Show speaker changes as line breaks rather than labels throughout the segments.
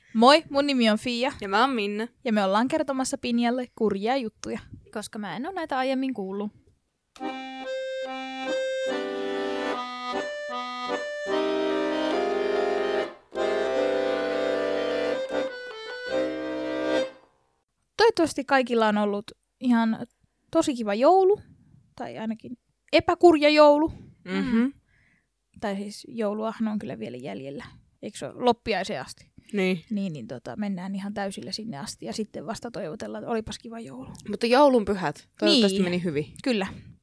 Moi, mun nimi on Fia.
Ja mä oon Minna.
Ja me ollaan kertomassa Pinjalle kurjia juttuja.
Koska mä en ole näitä aiemmin kuullut.
Toivottavasti kaikilla on ollut ihan tosi kiva joulu. Tai ainakin epäkurja joulu.
Mm-hmm.
Tai siis jouluahan on kyllä vielä jäljellä. Eikö se ole loppiaiseen asti?
Niin.
Niin mennään ihan täysillä sinne asti ja sitten vasta toivotellaan, että olipas kiva joulu.
Mutta joulunpyhät, toivottavasti
Niin.
meni hyvin.
Kyllä.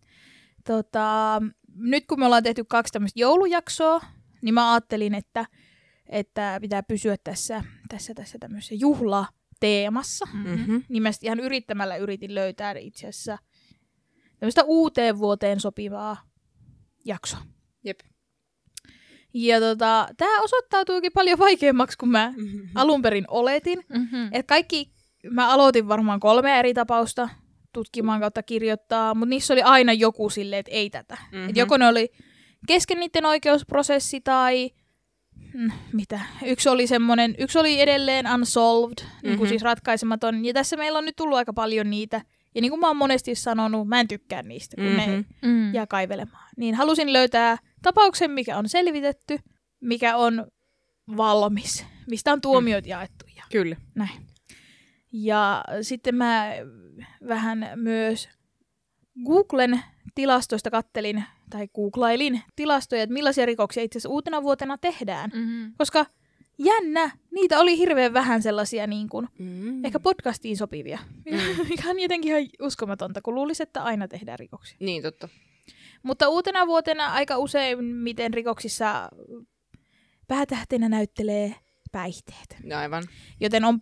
Nyt kun me ollaan tehty 2 tämmöistä joulujaksoa, niin mä ajattelin, että pitää pysyä tässä tämmöisessä juhlateemassa.
Mm-hmm.
Niin mä ihan yrittämällä yritin löytää itse asiassa tämmöistä uuteen vuoteen sopivaa jaksoa.
Jep.
Ja tää osoittautuikin paljon vaikeammaksi kuin mä alun perin oletin.
Mm-hmm.
Et mä aloitin varmaan 3 eri tapausta tutkimaan kautta kirjoittaa, mutta niissä oli aina joku silleen, että ei tätä.
Mm-hmm.
Et joko ne oli kesken niiden oikeusprosessi tai mitä. Yksi oli edelleen unsolved, niin kuin siis ratkaisematon. Ja tässä meillä on nyt tullut aika paljon niitä. Ja niin kuin mä oon monesti sanonut, mä en tykkää niistä, kun ne jää kaivelemaan. Niin halusin löytää tapauksen, mikä on selvitetty, mikä on valmis, mistä on tuomiot jaettu. Ja
Kyllä.
näin. Ja sitten mä vähän myös Googlen tilastoista kattelin, tai googlailin tilastoja, että millaisia rikoksia itse asiassa uutena vuotena tehdään.
Mm-hmm.
Koska jännä, niitä oli hirveän vähän sellaisia niin kuin, ehkä podcastiin sopivia. Mikä on jotenkin ihan uskomatonta, kun luulisi, että aina tehdään rikoksia.
Niin, totta.
Mutta uutena vuotena aika usein, miten rikoksissa päätähtenä näyttelee päihteet.
Aivan.
Joten on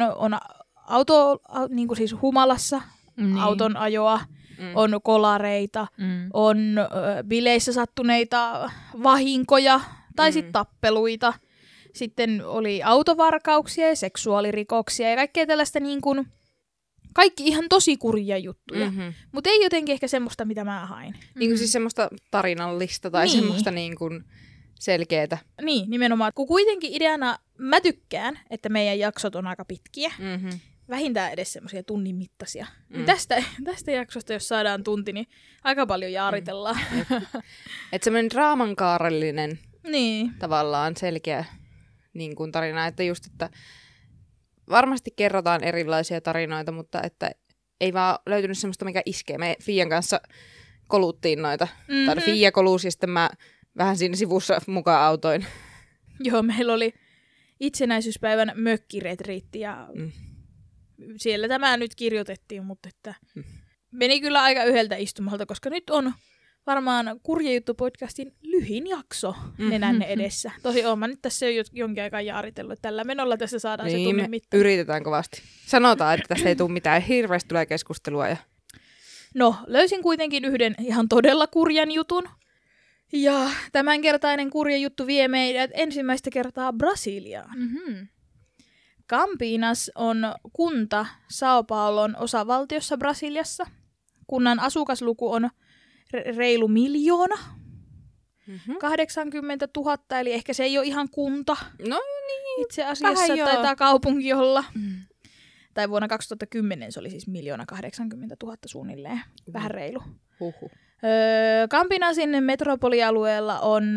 niin kuin siis humalassa, auton ajoa, on kolareita, on bileissä sattuneita vahinkoja tai sitten tappeluita. Sitten oli autovarkauksia ja seksuaalirikoksia ja kaikkea tällaista niin kuin, kaikki ihan tosi kurjia juttuja.
Mm-hmm.
Mutta ei jotenkin ehkä semmoista, mitä mä hain.
Niin kuin siis semmoista tarinallista tai
Niin.
semmoista niin kuin selkeätä.
Niin, nimenomaan. Kun kuitenkin ideana mä tykkään, että meidän jaksot on aika pitkiä.
Mm-hmm.
Vähintään edes semmoisia tunnin mittaisia. Tästä jaksosta, jos saadaan tunti, niin aika paljon jaaritellaan.
Että semmoinen draamankaarellinen
Niin.
tavallaan selkeä niin kuin tarina, että just, että varmasti kerrotaan erilaisia tarinoita, mutta että ei vaan löytynyt semmoista, mikä iskee. Me Fian kanssa koluttiin noita. Tai Fia kolusi ja sitten mä vähän siinä sivussa mukaan autoin.
Joo, meillä oli itsenäisyyspäivän mökkiretriitti ja siellä tämä nyt kirjoitettiin, mutta että meni kyllä aika yhdeltä istumalta, koska nyt on varmaan Kurja Juttu-podcastin lyhin jakso nenänne edessä. Tosi oon mä nyt tässä jo jonkin aikaa jaaritellut. Tällä menolla tässä saadaan se tunnin mittaan.
Yritetään kovasti. Sanotaan, että tästä ei tule mitään. Hirveästi tulee keskustelua. Ja
No, löysin kuitenkin yhden ihan todella kurjan jutun. Ja tämänkertainen kurja juttu vie meidät ensimmäistä kertaa Brasiliaan.
Mm-hmm.
Campinas on kunta São Paulon osavaltiossa Brasiliassa. Kunnan asukasluku on reilu 1 000 000. 80 000, eli ehkä se ei ole ihan kunta.
no niin.
Itse asiassa taitaa kaupunki olla. Tai vuonna 2010 se oli siis 1 080 000 suunnilleen. Vähän reilu.
Huhhuh.
Campinasin metropolialueella on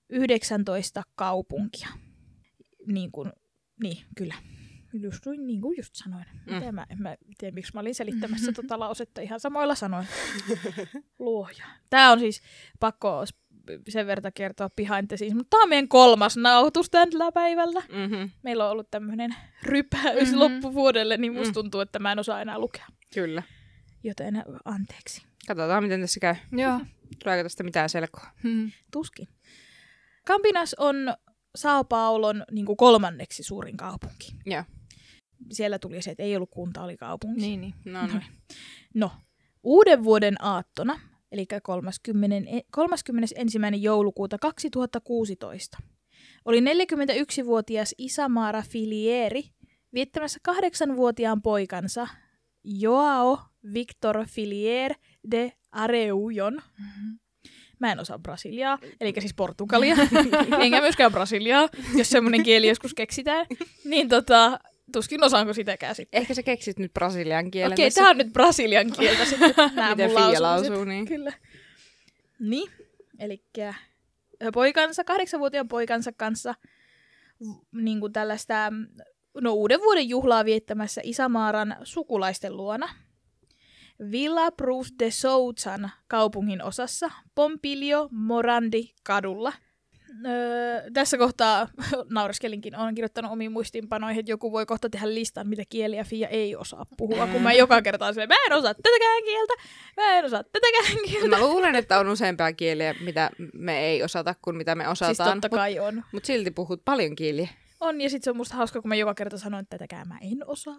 19 kaupunkia. Niin, kyllä. Niin kuin just sanoin. Mä tiedän, miksi mä olin selittämässä tota lausetta ihan samoilla sanoilla. Luoja. Tää on siis pakko sen verran kertoa behind the scenes, mutta tää on meidän 3. nauhoitus tällä päivällä.
Mm-hmm.
Meillä on ollut tämmönen rypäys loppuvuodelle, niin musta tuntuu, että mä en osaa enää lukea.
Kyllä.
Joten anteeksi.
Katsotaan, miten tässä käy.
Joo.
Tuleeko tästä mitään selkoa?
Tuskin. Campinas on São Paulon niin kuin 3. suurin kaupunki.
Joo.
Siellä tuli se, että ei ollut kunta, oli kaupunki.
Niin.
No, uuden vuoden aattona, eli 31. joulukuuta 2016, oli 41-vuotias Isamara Filieri viettämässä 8-vuotiaan poikansa Joao Victor Filier de Areujon Mä en osaa brasiliaa, eli siis portugalia. Enkä myöskään brasiliaa, jos semmoinen kieli joskus keksitään. Niin tuskin osaanko sitäkään sitten.
Ehkä sä keksit nyt brasilian kielen.
Okei, tää on nyt brasilian kieltä sitten.
Miten Fia lausuu, niin.
Kyllä. Niin, elikkä 8-vuotiaan poikansa kanssa niin kuin tällaista uuden vuoden juhlaa viettämässä Isamaaran sukulaisten luona. Villa Cruz de Souzan kaupungin osassa Pompilio Morandi kadulla. Tässä kohtaa naureskelinkin, olen kirjoittanut omiin muistiinpanoihin, että joku voi kohta tehdä listan, mitä kieliä Fia ei osaa puhua, kun mä joka kerta olen silleen, mä en osaa tätäkään kieltä, mä en osaa tätäkään kieltä.
Mä luulen, että on useampia kieliä, mitä me ei osata kuin mitä me osataan.
Siis totta kai on.
Mutta silti puhut paljon kieliä.
On, ja sitten se on musta hauska, kun mä joka kerta sanon, että tätäkään mä en osaa.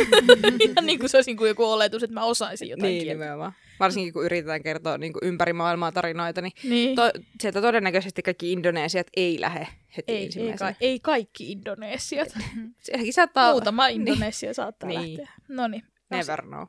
Ja niin kuin se olisi kuin joku oletus, että mä osaisin jotain
niin,
kieltä.
Nimenomaan. Varsinkin kun yritetään kertoa niin kuin ympäri maailmaa tarinoita, niin,
Niin.
sieltä todennäköisesti kaikki indonesiat ei lähde heti ensimmäisenä.
Ei kaikki indonesiat.
Sielläkin saattaa...
Muutama indonesia saattaa
Niin.
lähteä. Noniin.
Never know.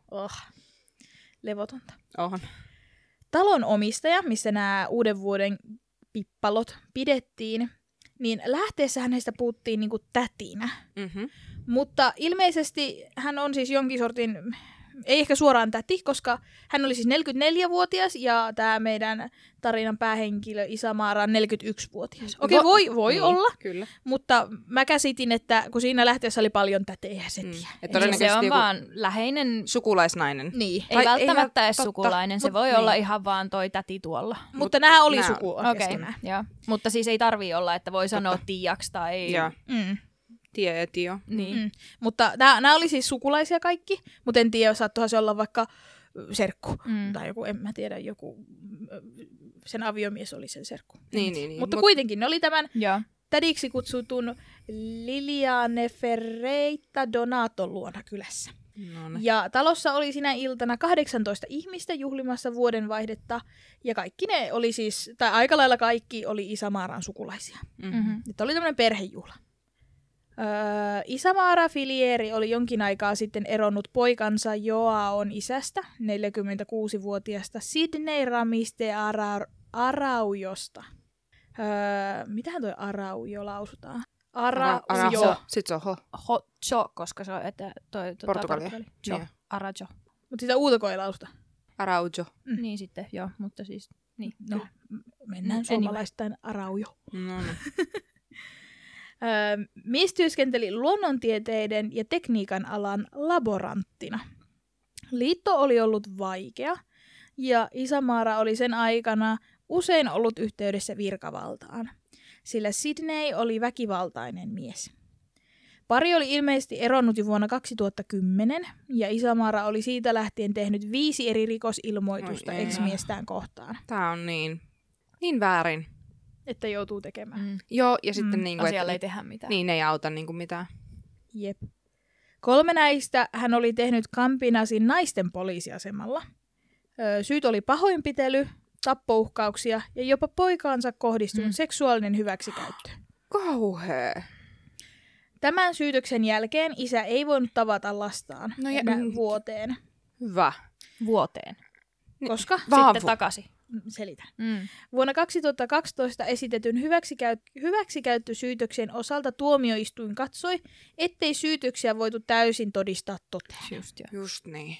Levotonta.
On.
Talon omistaja, missä nämä uuden vuoden pippalot pidettiin, niin lähteessä hänestä puhuttiin niinku tätinä.
Mm-hmm.
Mutta ilmeisesti hän on siis jonkin sortin, ei ehkä suoraan täti, koska hän oli siis 44-vuotias ja tämä meidän tarinan päähenkilö Isamaara on 41-vuotias. Okei, voi
niin,
olla,
kyllä.
mutta mä käsitin, että kun siinä lähteessä oli paljon tätejä, se tiedä.
Se on vaan läheinen...
Sukulaisnainen.
Niin.
Ei välttämättä edes
totta.
sukulainen, se voi olla ihan vaan toi täti tuolla.
Mutta nämä oli
nää-
sukua
Okei,
keskenään.
joo. Mutta siis ei tarvii olla, että voi sanoa tiiaks tai...
Ja
Mm.
tie ja tio.
Niin.
Mm. Mutta nämä oli siis sukulaisia kaikki, mutta en tiedä, saattohan se olla vaikka serkku. Tai joku, en mä tiedä, joku, sen aviomies oli sen serkku.
Niin.
Mutta kuitenkin ne oli tämän
Joo.
tädiksi kutsutun Liliane Ferreita Donaton luona kylässä.
No niin.
Ja talossa oli sinä iltana 18 ihmistä juhlimassa vuodenvaihdetta, ja kaikki ne oli siis, tai aika lailla kaikki oli Isamaaran sukulaisia.
Mm-hmm.
Että oli tämmöinen perhejuhla. Isamaara Filieri oli jonkin aikaa sitten eronnut poikansa Joaon isästä, 46-vuotiaasta Sidney Ramiste Araujosta. Mitähän toi Araujo lausutaan? Araujo.
Sitten se on ho.
Hocho, koska se on
Portugalia.
Cho.
Niin.
Arajo.
Mutta sitä uutako ei lausuta.
Araujo.
Niin sitten, joo, mutta siis... Niin.
No, mennään suomalaistain Araujo.
No niin.
Mies työskenteli luonnontieteiden ja tekniikan alan laboranttina. Liitto oli ollut vaikea, ja Isamaara oli sen aikana usein ollut yhteydessä virkavaltaan, sillä Sidney oli väkivaltainen mies. Pari oli ilmeisesti eronnut jo vuonna 2010, ja Isamaara oli siitä lähtien tehnyt 5 eri rikosilmoitusta
Oi ei.
ex-miestään kohtaan,
Tää on niin väärin.
että joutuu tekemään.
Joo, ja sitten niinku,
Asialle ei tehdä mitään.
niin ei auta niinku mitään.
Jep. 3 näistä hän oli tehnyt Kampinasin naisten poliisiasemalla. Syyt oli pahoinpitely, tappouhkauksia ja jopa poikaansa kohdistunut seksuaalinen hyväksikäyttö.
Kauhea.
Tämän syytöksen jälkeen isä ei voinut tavata lastaan
No ja-
enää vuoteen,
Hyvä.
Vuoteen.
koska
Vaan
Sitten takaisin.
selitän.
Mm.
Vuonna 2012 esitetyn hyväksikäyttösyytöksen osalta tuomioistuin katsoi, ettei syytöksiä voitu täysin todistaa toteen.
Just joo.
Just niin.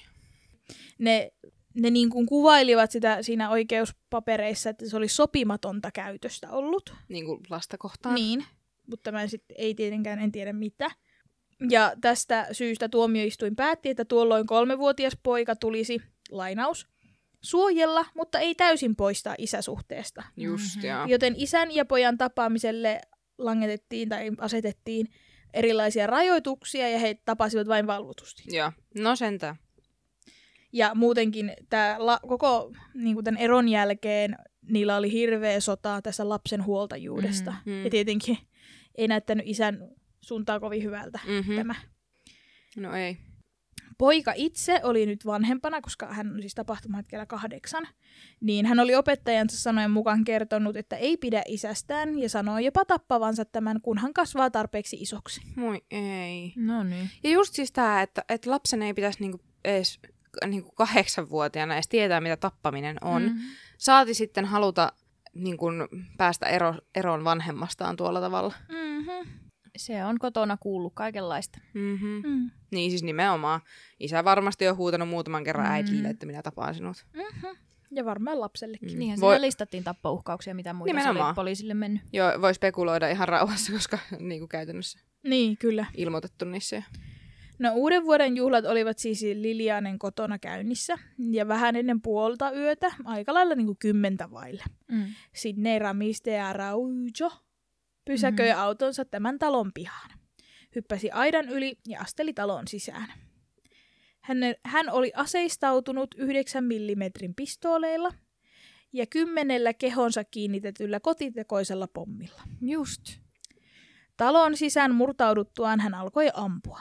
Ne niin kuin kuvailivat sitä siinä oikeuspapereissa, että se oli sopimatonta käytöstä ollut.
Niinku lasta kohtaan.
Niin, mutta mä ei tietenkään en tiedä mitä. Ja tästä syystä tuomioistuin päätti, että tuolloin 3-vuotias poika tulisi, lainaus, suojella, mutta ei täysin poistaa isäsuhteesta.
Just, joo.
Joten isän ja pojan tapaamiselle langetettiin tai asetettiin erilaisia rajoituksia ja he tapasivat vain valvotusti.
Joo. No sentään.
Ja muutenkin koko niin kuin tämän eron jälkeen niillä oli hirveä sota tässä lapsen huoltajuudesta. Ja tietenkin ei näyttänyt isän suuntaan kovin hyvältä tämä.
No ei.
Poika itse oli nyt vanhempana, koska hän on siis tapahtumahetkellä 8, niin hän oli opettajansa sanojen mukaan kertonut, että ei pidä isästään ja sanoi jopa tappavansa tämän, kun hän kasvaa tarpeeksi isoksi.
Moi ei.
No niin.
Ja just siis tää, että lapsen ei pitäisi niinku edes niinku 8-vuotiaana edes tietää, mitä tappaminen on. Saati sitten haluta niin kuin päästä eroon vanhemmastaan tuolla tavalla.
Mm-hmm.
Se on kotona kuullut kaikenlaista.
Mm-hmm.
Mm.
Niin siis nimenomaan. Isä varmasti on huutanut muutaman kerran äidille, että minä tapaan sinut.
Mm-hmm. Ja varmaan lapsellekin.
Niinhän siellä listattiin tappouhkauksia, mitä muita se oli poliisille mennyt.
Joo, voi spekuloida ihan rauhassa, koska niin kuin käytännössä
Niin, kyllä.
ilmoitettu niissä.
No uuden vuoden juhlat olivat siis Lilianen kotona käynnissä ja vähän ennen puolta yötä, aika lailla niin kuin 10 vaille. Sidney Ramiste Araujo pysäköi autonsa tämän talon pihaan. Hyppäsi aidan yli ja asteli talon sisään. Hän oli aseistautunut 9 mm pistooleilla ja 10 kehonsa kiinnitetyllä kotitekoisella pommilla.
Just.
Talon sisään murtauduttuaan hän alkoi ampua.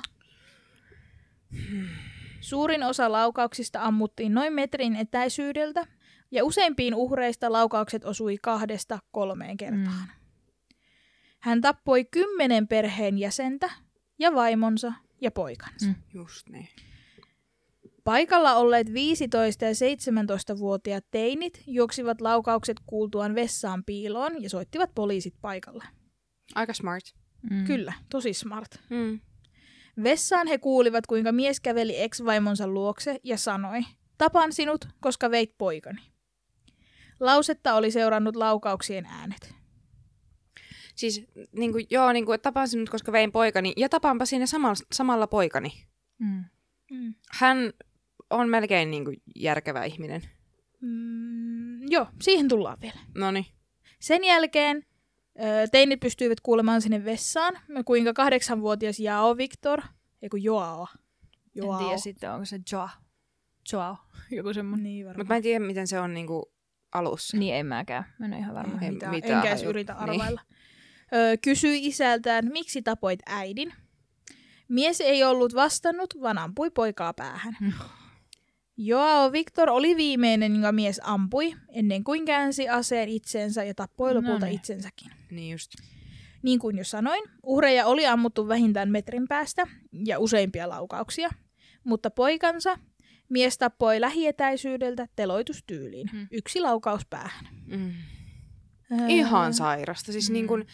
Suurin osa laukauksista ammuttiin noin metrin etäisyydeltä ja useimpiin uhreista laukaukset osui 2-3 kertaan. Hän tappoi 10 perheen jäsentä ja vaimonsa ja poikansa.
Just niin.
Paikalla olleet 15- ja 17-vuotiaat teinit juoksivat laukaukset kuultuaan vessaan piiloon ja soittivat poliisit paikalle.
Aika smart.
Kyllä, tosi smart.
Mm.
Vessaan he kuulivat, kuinka mies käveli ex-vaimonsa luokse ja sanoi, tapan sinut, koska veit poikani. Lausetta oli seurannut laukauksien äänet.
Siis että tapaan sinut, koska vein poikani, ja tapaanpa siinä samalla poikani. Hän on melkein järkevä ihminen.
Joo, siihen tullaan vielä.
Noniin.
Sen jälkeen teinit pystyivät kuulemaan sinne vessaan, kuinka 8-vuotias Joao Victor, Joao.
En tiedä sitten, onko se Joao, joku semmoinen.
Niin varmaan.
Mutta mä en tiedä, miten se on alussa.
Niin, en mäkään. Mä en ole ihan varma.
Enkä edes yritä arvailla. Niin. Kysyi isältään, miksi tapoit äidin. Mies ei ollut vastannut, vaan ampui poikaa päähän. Joao Victor oli viimeinen, jonka mies ampui, ennen kuin käänsi aseen itseensä ja tappoi lopulta itsensäkin.
Niin just.
Niin kuin jo sanoin, uhreja oli ammuttu vähintään metrin päästä ja useimpia laukauksia, mutta poikansa mies tappoi lähietäisyydeltä teloitustyyliin. 1 laukaus päähän.
Ihan sairasta. Siis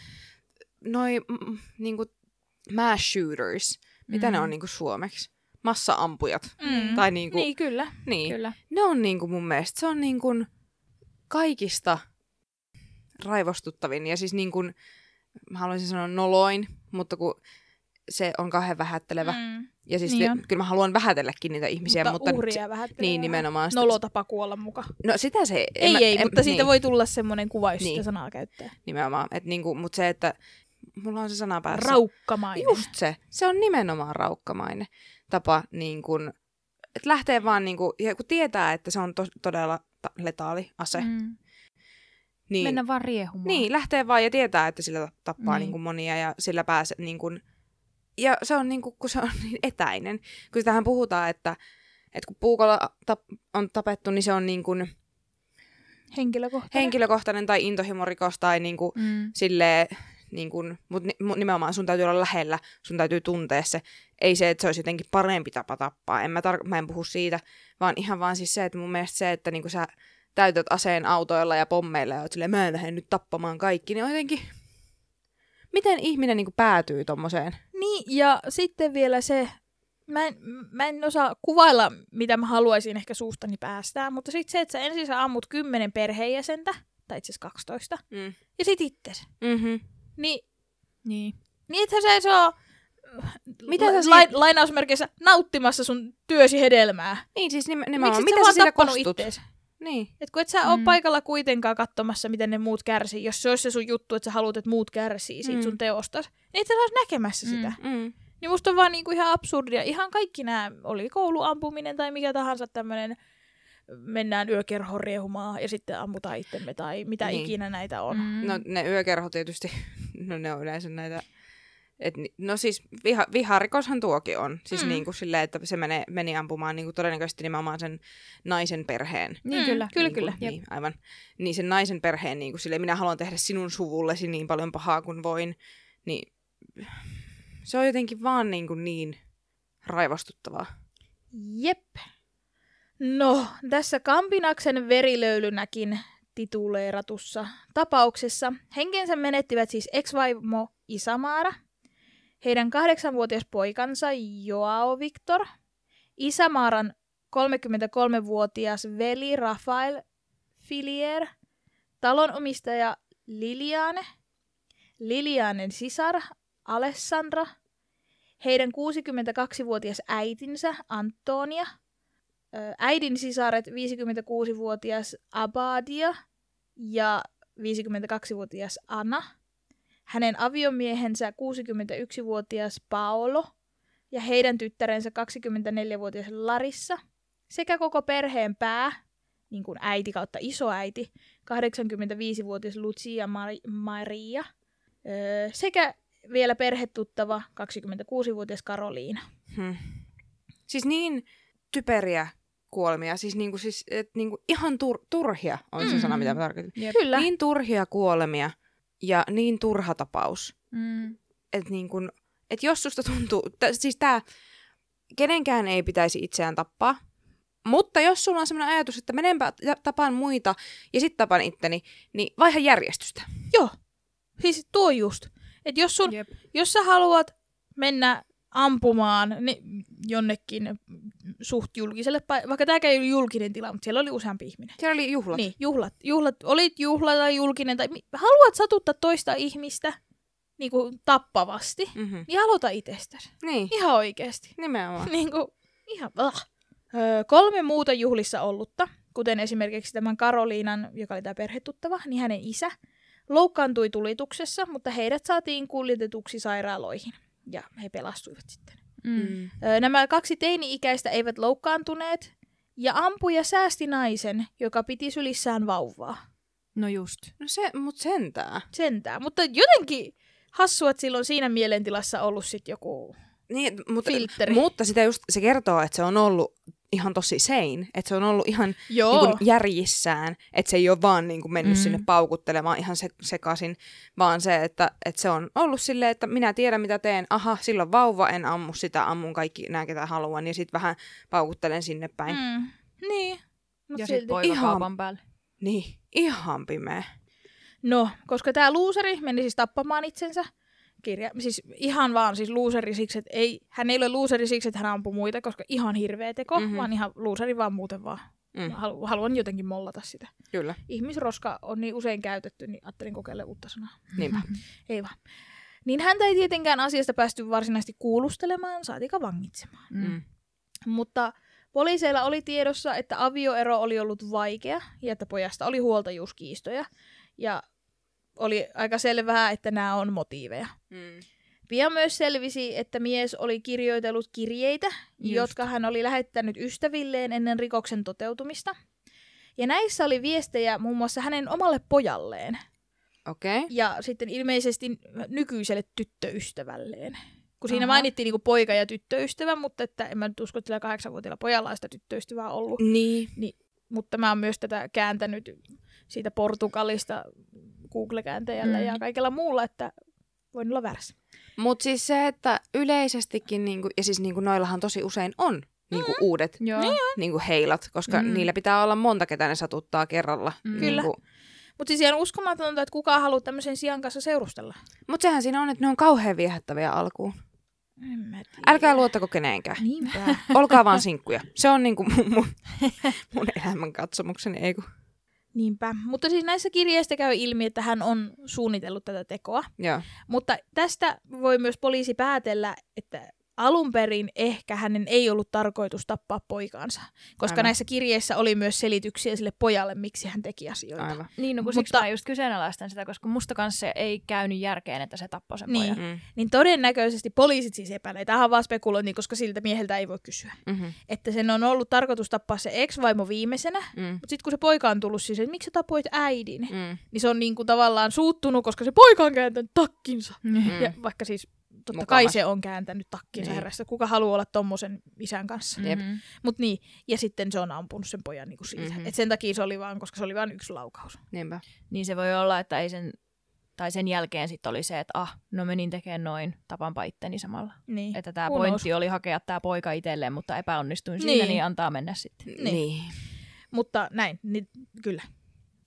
mass shooters, mitä ne on suomeksi? Massa-ampujat. Tai
niin, kyllä.
Niin.
Kyllä.
Ne on mun mielestä, se on kaikista raivostuttavin. Ja siis mä haluaisin sanoa noloin, mutta kun se on kauhean vähättelevä. Ja siis kyllä mä haluan vähätelläkin niitä ihmisiä. Mutta
uhria vähättelevä.
Niin, nimenomaan.
Nolotapa kuolla muka.
No sitä se...
Mutta siitä voi tulla semmoinen kuva, jos sitä sanaa käyttää.
Nimenomaan. Mutta se, että mulla on se sana päässä.
Raukkamainen.
Just se. Se on nimenomaan raukkamainen tapa, että lähtee vaan, ja kun tietää, että se on todella letaali ase. Niin,
mennä vaan riehumaan.
Niin, lähtee vaan ja tietää, että sillä tappaa monia ja sillä pääsee, ja se on kun se on niin etäinen. Kun sitähän puhutaan, että kun puukolla on tapettu, niin se on henkilökohtainen tai intohimorikos tai silleen, mutta nimenomaan sun täytyy olla lähellä, sun täytyy tuntea se. Ei se, että se olisi jotenkin parempi tapa tappaa. Mä en puhu siitä, vaan ihan vaan siis se, että mun mielestä se, että sä täytät aseen autoilla ja pommeilla ja oot silleen, mä en lähde nyt tappamaan kaikki, niin on jotenkin... Miten ihminen päätyy tommoseen?
Niin, ja sitten vielä se, mä en osaa kuvailla, mitä mä haluaisin ehkä suustani päästää, mutta sitten se, että ensin sä ammut 10 perheenjäsentä, tai itse asiassa 12, ja sit itsesi. Niin ethän sä se ole lainausmerkeissä nauttimassa sun työsi hedelmää.
Niin, siis nimenomaan.
Miksi
miten
sä
sä sitä
tappanut
kostut?
ittees?
Niin.
Et kun et sä ole paikalla kuitenkaan katsomassa, miten ne muut kärsii. Jos se olisi se sun juttu, että sä haluat, että muut kärsii siitä sun teostas, niin et sä olisi näkemässä sitä. Niin musta on vaan ihan absurdia. Ihan kaikki nämä, oli kouluampuminen tai mikä tahansa tämmöinen, mennään yökerhoon riehumaan ja sitten ammutaan itsemme tai mitä ikinä näitä on.
No ne yökerhot tietysti, no ne on yleensä näitä... no siis viharikoshan tuokin on. Siis silleen, että se meni ampumaan todennäköisesti nimenomaan sen naisen perheen.
Niin kyllä.
Kyllä. Niin, aivan. Niin sen naisen perheen silleen, minä haluan tehdä sinun suvullesi niin paljon pahaa kuin voin. Niin se on jotenkin vaan niin raivostuttavaa.
Jep. No, tässä Kampinaksen verilöylynäkin tituleeratussa tapauksessa. Henkensä menettivät siis ex-vaimo Isamara, heidän 8-vuotias poikansa Joao Victor, Isamaran 33-vuotias veli Rafael Filier, talonomistaja Liliane, Lilianen sisar Alessandra, heidän 62-vuotias äitinsä Antonia, äidin sisaret 56-vuotias Abadia ja 52-vuotias Anna, hänen aviomiehensä 61-vuotias Paolo ja heidän tyttärensä 24-vuotias Larissa sekä koko perheen pää, niin kuin äiti kautta isoäiti, 85-vuotias Lucia Maria sekä vielä perhetuttava 26-vuotias Karoliina.
Siis niin typeriä kuolemia, siis ihan turhia on se sana, mitä mä tarkoitan.
Kyllä.
Niin turhia kuolemia ja niin turha tapaus. Että et jos susta tuntuu, siis tää, kenenkään ei pitäisi itseään tappaa, mutta jos sulla on sellainen ajatus, että menenpä tapaan muita ja sitten tapaan itteni, niin vaiha järjestystä.
Joo, siis tuo just. Että jos sä haluat mennä ampumaan jonnekin suht julkiselle, vaikka tämäkään ei ollut julkinen tila, mutta siellä oli useampi ihminen.
Siellä oli juhlat.
Niin, juhlat. Olit juhla tai julkinen, tai haluat satuttaa toista ihmistä niin kuin tappavasti, niin aloita itsestäsi.
Niin.
Ihan oikeasti.
Nimenomaan.
Niin kuin, ihan 3 muuta juhlissa ollutta, kuten esimerkiksi tämän Karoliinan, joka oli tämä perhetuttava, niin hänen isä loukkaantui tulituksessa, mutta heidät saatiin kuljetetuksi sairaaloihin. Ja he pelastuivat sitten. Nämä 2 teini-ikäistä eivät loukkaantuneet, ja ampuja säästi naisen, joka piti sylissään vauvaa.
No just.
No mut sentään.
Sentään, mutta jotenkin hassua, että silloin siinä mielentilassa ollut sitten joku filtteri.
Mutta sitä just, se kertoo, että se on ollut ihan tosi sane, että se on ollut ihan niin järjissään, että se ei ole vaan niin kuin mennyt sinne paukuttelemaan ihan sekaisin, vaan se, että se on ollut silleen, että minä tiedän mitä teen, aha, silloin vauva, en ammu sitä, ammun kaikki nämä ketä haluan, ja sitten vähän paukuttelen sinne päin.
Niin.
Ja sitten poika kaupan päälle.
Niin, ihan pimeä.
No, koska tämä luuseri meni siis tappamaan itsensä, siis ihan vaan siis luuseri siksi, että hän ei ole luuseri siksi, että hän ampui muita, koska ihan hirveä teko, vaan ihan luuseri vaan muuten vaan. Haluan jotenkin mollata sitä.
Kyllä.
Ihmisroska on niin usein käytetty, niin ajattelin kokeilla uutta sanaa.
Niinpä.
Ei vaan. Niin häntä ei tietenkään asiasta päästy varsinaisesti kuulustelemaan, saatika vangitsemaan. Mutta poliiseilla oli tiedossa, että avioero oli ollut vaikea ja että pojasta oli huoltajuuskiistoja. Ja oli aika selvää, että nämä on motiiveja. Pian myös selvisi, että mies oli kirjoitellut kirjeitä, jotka hän oli lähettänyt ystävilleen ennen rikoksen toteutumista. Ja näissä oli viestejä muun muassa hänen omalle pojalleen.
Okay.
Ja sitten ilmeisesti nykyiselle tyttöystävälleen. Kun siinä mainittiin niinku poika ja tyttöystävä, mutta että en mä nyt usko, että sillä 8-vuotiaalla pojalla on sitä tyttöystävää ollut.
Niin.
Mutta mä oon myös tätä kääntänyt siitä Portugalista Google-kääntäjällä ja kaikella muulla, että voin olla väärässä.
Mutta siis se, että yleisestikin, niinku, ja siis niinku noillahan tosi usein on niinku uudet niinku heilat, koska niillä pitää olla monta, ketä ne satuttaa kerralla.
Kyllä. Mutta siis ihan uskomatonta, että kukaan haluaa tämmöisen sian kanssa seurustella.
Mutta sehän siinä on, että ne on kauhean viehättäviä alkuun.
En mä tiedä.
Älkää luottako keneenkään.
Niinpä.
Olkaa vaan sinkkuja. Se on niinku mun elämän katsomukseni, ei kun.
Niinpä. Mutta siis näissä kirjeistä käy ilmi, että hän on suunnitellut tätä tekoa.
Joo.
Mutta tästä voi myös poliisi päätellä, että alun perin ehkä hänen ei ollut tarkoitus tappaa poikaansa, koska
Aivan.
näissä kirjeissä oli myös selityksiä sille pojalle, miksi hän teki asioita.
Aivan.
Niin, no kun siksi mä just kyseenalaistan sitä, koska musta kanssa ei käynyt järkeen, että se tappoi sen pojan.
Niin todennäköisesti poliisit siis epäilee. Tämähän on vaan spekulointi, koska siltä mieheltä ei voi kysyä. Että sen on ollut tarkoitus tappaa se ex-vaimo viimeisenä, mutta sitten kun se poika on tullut siis, että miksi sä tapoit äidin, niin se on niin kuin tavallaan suuttunut, koska se poika on kääntänyt takkinsa. Ja vaikka siis totta kai se on kääntänyt takkinsa herrassa. Kuka haluaa olla tommosen isän kanssa? Mut niin. Ja sitten se on ampunut sen pojan niinku siitä. Et sen takia se oli vaan, koska se oli vain yksi laukaus.
Niinpä.
Niin se voi olla, että ei sen jälkeen sitten oli se, että no menin tekemään noin, tapanpa itteni samalla.
Niin.
Että tämä pointti oli hakea tämä poika itselleen, mutta epäonnistuin siinä, niin antaa mennä sitten.
Niin. Mutta näin, niin, kyllä.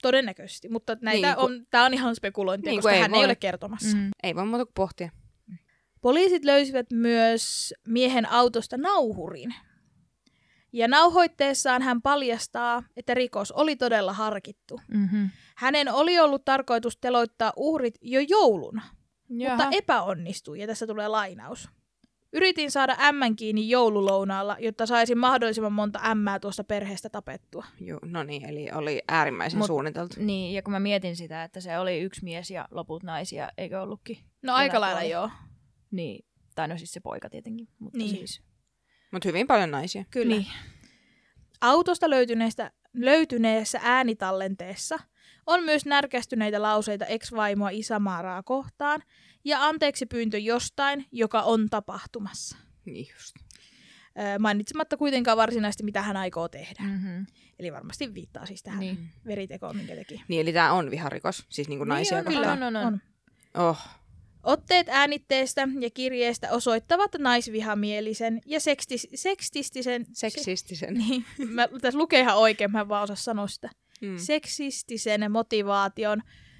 todennäköisesti, mutta näitä
Niin,
tää on ihan spekulointia,
niin,
koska
ei
hän ei
voi.
ole kertomassa.
Ei voi muuta kuin pohtia.
Poliisit löysivät myös miehen autosta nauhurin. Ja nauhoitteessaan hän paljastaa, että rikos oli todella harkittu.
Mm-hmm.
Hänen oli ollut tarkoitus teloittaa uhrit jo jouluna,
Jaha.
mutta epäonnistui, ja tässä tulee lainaus. Yritin saada ämmän kiinni joululounaalla, jotta saisin mahdollisimman monta ämmää tuosta perheestä tapettua.
Joo, no niin, eli oli äärimmäisen suunniteltu.
Niin, ja kun mä mietin sitä, että se oli yksi mies ja loput naisia, eikö ollutkin?
No aika lailla joo.
Niin, tai no siis se poika tietenkin, mutta
Niin.
siis...
Mutta hyvin paljon naisia.
Kyllä.
Niin.
Autosta löytyneessä äänitallenteessa on myös närkästyneitä lauseita ex-vaimoa Isamaaraa kohtaan ja anteeksi pyyntö jostain, joka on tapahtumassa.
Niin just.
Mainitsematta kuitenkaan varsinaisesti, mitä hän aikoo tehdä.
Mm-hmm.
Eli varmasti viittaa siis tähän
Niin.
veritekoon, minkä teki.
Niin, eli tämä on viharikos, siis niinku naisia
on,
kohtaan.
kyllä, on.
Oh.
Otteet äänitteestä ja kirjeestä osoittavat naisvihamielisen ja seksistisen...
Seksistisen.
Niin, tässä lukee ihan oikein, mä en vaan osaa sanoa sitä.
Mm.
Seksistisen motivaation.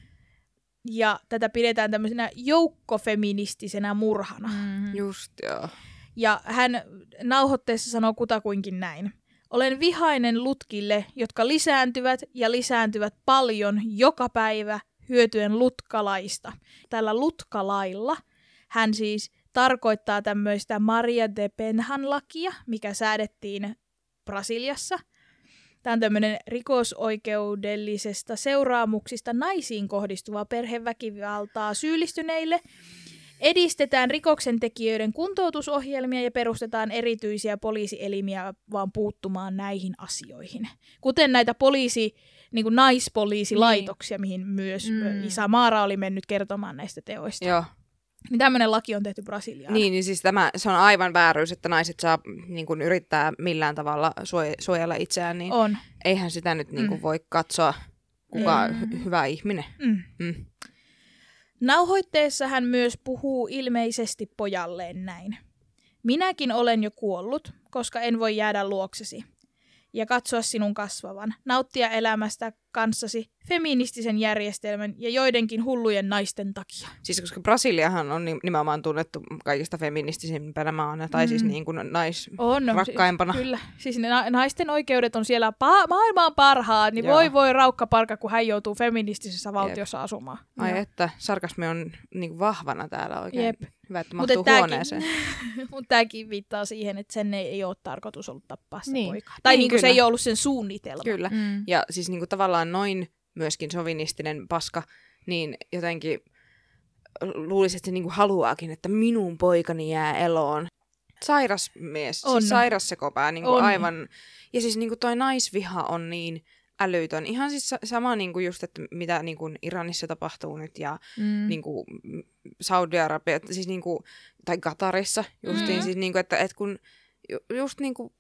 Ja tätä pidetään tämmöisenä joukkofeministisenä murhana.
Mm-hmm.
Just joo.
Ja hän nauhoitteessa sanoo kutakuinkin näin. Olen vihainen lutkille, jotka lisääntyvät paljon joka päivä hyötyen lutkalaista. Tällä lutkalailla hän siis tarkoittaa tämmöistä Maria de Penhan lakia, mikä säädettiin Brasiliassa. Tämä on tämmöinen rikosoikeudellisesta seuraamuksista naisiin kohdistuvaa perheväkivaltaa syyllistyneille. Edistetään rikoksentekijöiden kuntoutusohjelmia ja perustetaan erityisiä poliisielimiä vaan puuttumaan näihin asioihin. Kuten näitä niin kuin naispoliisilaitoksia, mihin myös Isamaara oli mennyt kertomaan näistä teoista.
Joo.
Niin tämmöinen laki on tehty Brasiliaan.
Niin siis se on aivan vääryys, että naiset saa niin kuin yrittää millään tavalla suojella itseään, niin
On.
eihän sitä nyt niin kuin voi katsoa kukaan hyvä ihminen. Mm.
Nauhoitteessa hän myös puhuu ilmeisesti pojalleen näin. Minäkin olen jo kuollut, koska en voi jäädä luoksesi. Ja katsoa sinun kasvavan, nauttia elämästä kanssasi feministisen järjestelmän ja joidenkin hullujen naisten takia.
Siis koska Brasiliahan on nimenomaan tunnettu kaikista feministisimpänä maana, tai siis niin kuin naisrakkaimpana.
Kyllä. Siis ne naisten oikeudet on siellä maailman parhaat, niin
Joo.
voi raukkaparka, kun hän joutuu feministisessä valtiossa asumaan.
Ai
Joo.
että, sarkasmi on niin kuin vahvana täällä oikein.
Jep.
Hyvä, että
Mut
mahtuu huoneeseen.
Mutta tämäkin viittaa siihen, että sen ei ole tarkoitus ollut tappaa sitä
Niin.
poikaa. Tai
Niin,
niin se
kyllä.
ei ole ollut sen suunnitelma.
Kyllä.
Mm.
Ja siis niin kuin tavallaan noin myöskin sovinistinen paska, niin jotenkin luulisin, että se niin kuin haluaakin, että minun poikani jää eloon. Sairas mies,
On.
siis sairas sekopää, niin kuin
On.
aivan. Ja siis niin kuin toi naisviha on niin älytön. Ihan siis sama niin kuin just, että mitä niin kuin Iranissa tapahtuu nyt ja niin kuin Saudi-Arabia, siis niin kuin, tai Katarissa justiin, siis niin kuin, että kun just niin kuin,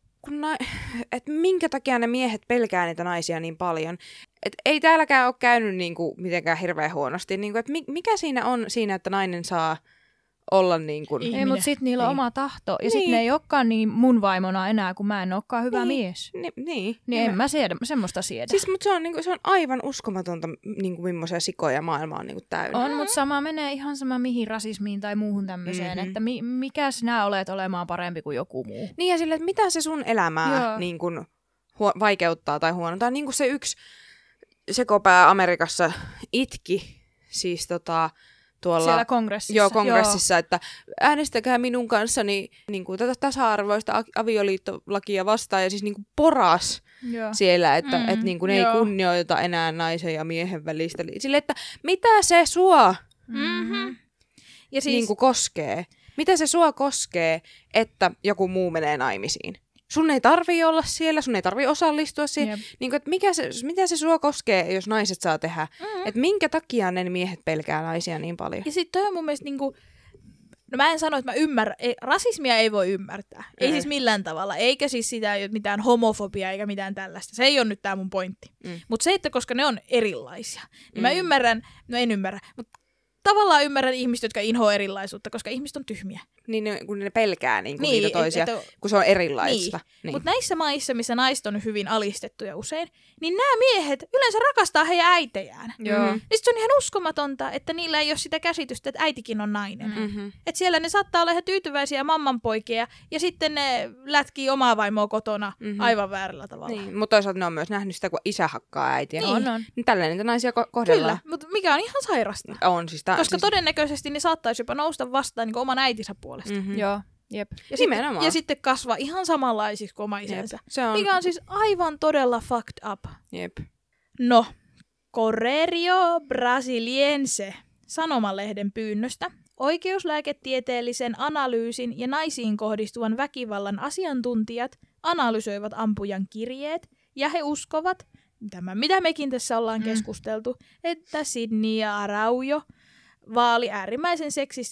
että minkä takia ne miehet pelkää niitä naisia niin paljon. Et ei täälläkään ole käynyt niinku mitenkään hirveän huonosti. Niinku, että mikä siinä on siinä, että nainen saa olla niin kuin...
Ei,
Ihminen.
mutta sitten niillä on
Niin.
oma tahto. Ja
Niin.
sitten ne ei olekaan niin mun vaimona enää, kun mä en olekaan hyvä mies.
Niin.
Niin en mä semmoista siedä.
Siis, mutta se on aivan uskomatonta, niinku, millaisia sikoja maailma on niinku täynnä.
On, mutta sama menee ihan sama mihin rasismiin tai muuhun tämmöiseen, että mikä sinä olet olemaan parempi kuin joku muu.
Niin ja sille, että mitä se sun elämää
Joo.
niin kuin, vaikeuttaa tai huonontaa. Niin kuin se yksi sekopää Amerikassa itki, siis tuolla...
Siellä kongressissa.
Joo, kongressissa, että äänestäkää minun kanssani niin kuin tätä tasa-arvoista avioliittolakia vastaan ja siis niin kuin poras
Joo.
siellä, että et niin kuin ei
joo.
kunnioita enää naisen ja miehen välistä. Sille, että mitä se sua
Mm-hmm. Ja siis,
niin kuin koskee? Mitä se sua koskee, että joku muu menee naimisiin? Sun ei tarvii olla siellä, sun ei tarvii osallistua siihen.
Jep.
Niin kuin, että mitä se sua koskee, jos naiset saa tehdä? Että minkä takia ne miehet pelkää naisia niin paljon?
ja sitten toi on mun mielestä niinku, no mä en sano, että mä ymmärrän, rasismia ei voi ymmärtää. Ei siis millään tavalla, eikä siis sitä mitään homofobiaa eikä mitään tällaista. Se ei ole nyt tää mun pointti. Mutta se, että koska ne on erilaisia, niin mä ymmärrän, no en ymmärrä, mutta tavallaan ymmärrän ihmistä, jotka inhoaa erilaisuutta, koska ihmiset on tyhmiä.
Niin, kun ne pelkää niin kuin niitä toisia, kun se on erilaista. Niin.
Mutta näissä maissa, missä naiset on hyvin alistettuja usein, niin nämä miehet yleensä rakastaa heidän äitejään.
Joo.
Niin sit se on ihan uskomatonta, että niillä ei ole sitä käsitystä, että äitikin on nainen.
Mm-hmm.
Että siellä ne saattaa olla ihan tyytyväisiä mammanpoikia, ja sitten ne lätkii omaa vaimoa kotona aivan väärällä tavalla.
Niin, mutta toisaalta ne on myös nähnyt sitä, kun isä hakkaa äitiä.
Niin.
On.
Niin tällä niitä naisia kohdellaan.
Kyllä, mutta mikä on ihan sairasta.
On siis
Koska todennäköisesti ne saattaisi jopa nousta vastaan niin kuin oman äitinsä puolesta.
Mm-hmm.
Joo, jep.
Ja sitten kasvaa ihan samanlaisiksi kuin oma isänsä.
Se on...
Mikä on siis aivan todella fucked up.
Jep.
No, Correio Brasiliense sanomalehden pyynnöstä oikeuslääketieteellisen analyysin ja naisiin kohdistuvan väkivallan asiantuntijat analysoivat ampujan kirjeet ja he uskovat, mitä mekin tässä ollaan keskusteltu, että Sidney Araujo vaali äärimmäisen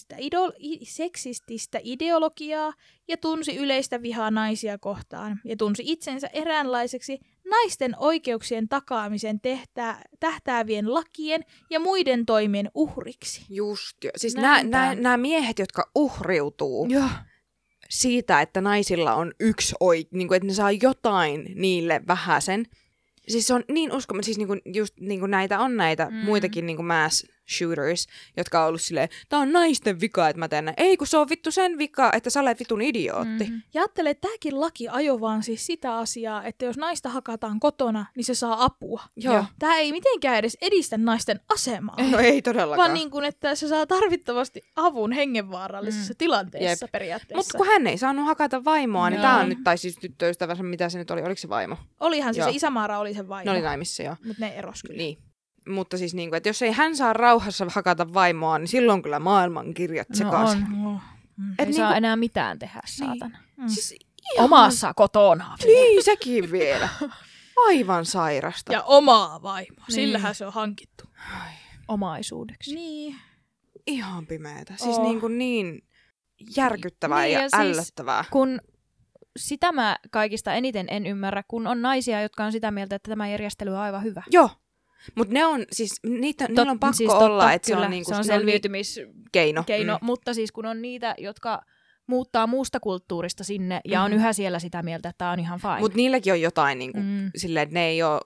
seksististä ideologiaa ja tunsi yleistä vihaa naisia kohtaan ja tunsi itsensä eräänlaiseksi naisten oikeuksien takaamisen tähtäävien lakien ja muiden toimien uhriksi.
Just jo. Siis nämä miehet, jotka uhriutuu siitä, että naisilla on yksi niin kuin, että ne saa jotain niille vähäsen. Siis se on niin uskomaton, siis just näitä on näitä muitakin mass shooters, jotka on ollut silleen, tää on naisten vika, että mä teen näin. Ei, kun se on vittu sen vika, että sä olet vitun idiootti.
Ja ajattele, että tääkin laki ajoi vaan siis sitä asiaa, että jos naista hakataan kotona, niin se saa apua.
Joo.
Tää ei mitenkään edes edistä naisten asemaa.
No ei todellakaan.
Vaan niin kuin, että se saa tarvittavasti avun hengenvaarallisessa tilanteessa periaatteessa.
Mutta kun hän ei saanut hakata vaimoa, niin tää on nyt, tai siis tyttöystävänsä, mitä se nyt oli, oliko se vaimo?
Olihan se Isämaara oli sen vaimo.
Ne oli naimissa, joo.
Mutta ne eros kyllä.
Niin. Mutta siis että jos ei hän saa rauhassa hakata vaimoa, niin silloin kyllä maailman kirjat sekaisin.
Ei saa enää mitään tehdä, saatana.
Siis
omassa kotona.
Niin, sekin vielä. Aivan sairasta.
Ja omaa vaimoa. Sillähän se on hankittu.
Omaisuudeksi.
Niin.
Ihan pimeätä. Siis niin järkyttävää ja ällöttävää.
Siis, kun sitä mä kaikista eniten en ymmärrä, kun on naisia, jotka on sitä mieltä, että tämä järjestely on aivan hyvä.
Joo. Mutta ne on, siis niillä on pakko siis olla, että
kyllä,
se on niinku...
Se on selviytymiskeino. Mutta siis kun on niitä, jotka muuttaa muusta kulttuurista sinne ja on yhä siellä sitä mieltä, että tämä on ihan fine.
Mutta niilläkin on jotain silleen, että ne ei ole...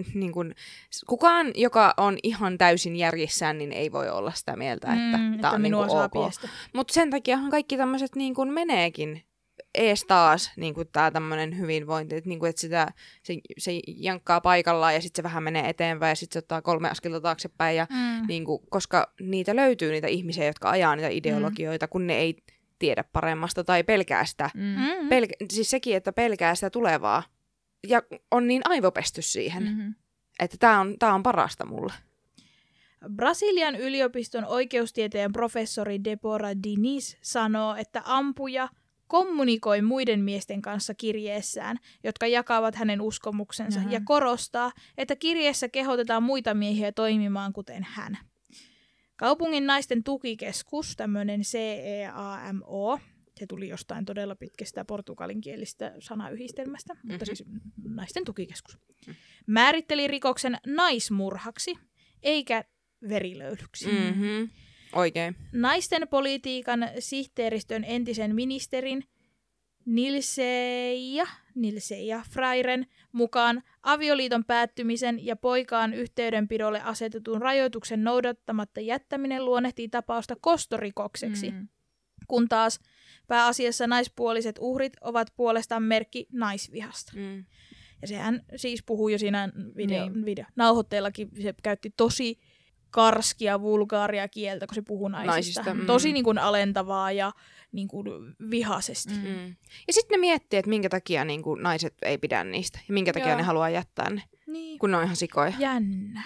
kukaan, joka on ihan täysin järjissään, niin ei voi olla sitä mieltä, että tämä on minua ok. Mutta sen takiahan kaikki tämmöiset meneekin ees taas tää tämmönen hyvinvointi, että se jankkaa paikallaan ja sitten se vähän menee eteenpäin ja sitten se ottaa 3 askelta taaksepäin. Ja, koska niitä löytyy niitä ihmisiä, jotka ajaa niitä ideologioita, kun ne ei tiedä paremmasta tai pelkää sitä. Siis sekin, että pelkää sitä tulevaa ja on niin aivopesty siihen, että tää on parasta mulle.
Brasilian yliopiston oikeustieteen professori Deborah Diniz sanoo, että ampuja kommunikoi muiden miesten kanssa kirjeessään, jotka jakavat hänen uskomuksensa, ja korostaa, että kirjeessä kehotetaan muita miehiä toimimaan kuten hän. Kaupungin naisten tukikeskus, tämmöinen CEAMO, se tuli jostain todella pitkästä portugalinkielistä sanayhdistelmästä, mutta siis naisten tukikeskus, määritteli rikoksen naismurhaksi, eikä verilöylyksi.
Oikein.
Naisten politiikan sihteeristön entisen ministerin Nilseija Frairen mukaan avioliiton päättymisen ja poikaan yhteydenpidolle asetetun rajoituksen noudattamatta jättäminen luonnehtii tapausta kostorikokseksi, kun taas pääasiassa naispuoliset uhrit ovat puolestaan merkki naisvihasta. Ja sehän siis puhui jo siinä nauhoitteellakin, se käytti tosi karskia, vulgaaria kieltä, kun se puhuu naisista. Tosi alentavaa ja vihaisesti.
Ja sitten ne miettii, että minkä takia naiset ei pidä niistä ja minkä takia ne haluaa jättää ne, kun ne on ihan sikoja.
Jännä.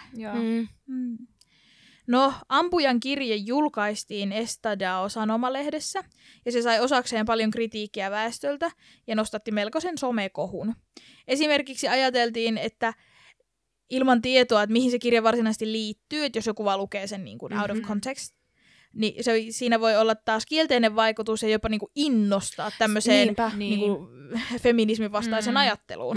No, ampujan kirje julkaistiin Estadao-sanomalehdessä ja se sai osakseen paljon kritiikkiä väestöltä ja nostatti melkoisen somekohun. Esimerkiksi ajateltiin, että ilman tietoa, että mihin se kirja varsinaisesti liittyy, että jos joku vaan lukee sen out of context, niin siinä voi olla taas kielteinen vaikutus ja jopa innostaa tämmöiseen feminismin vastaisen ajatteluun.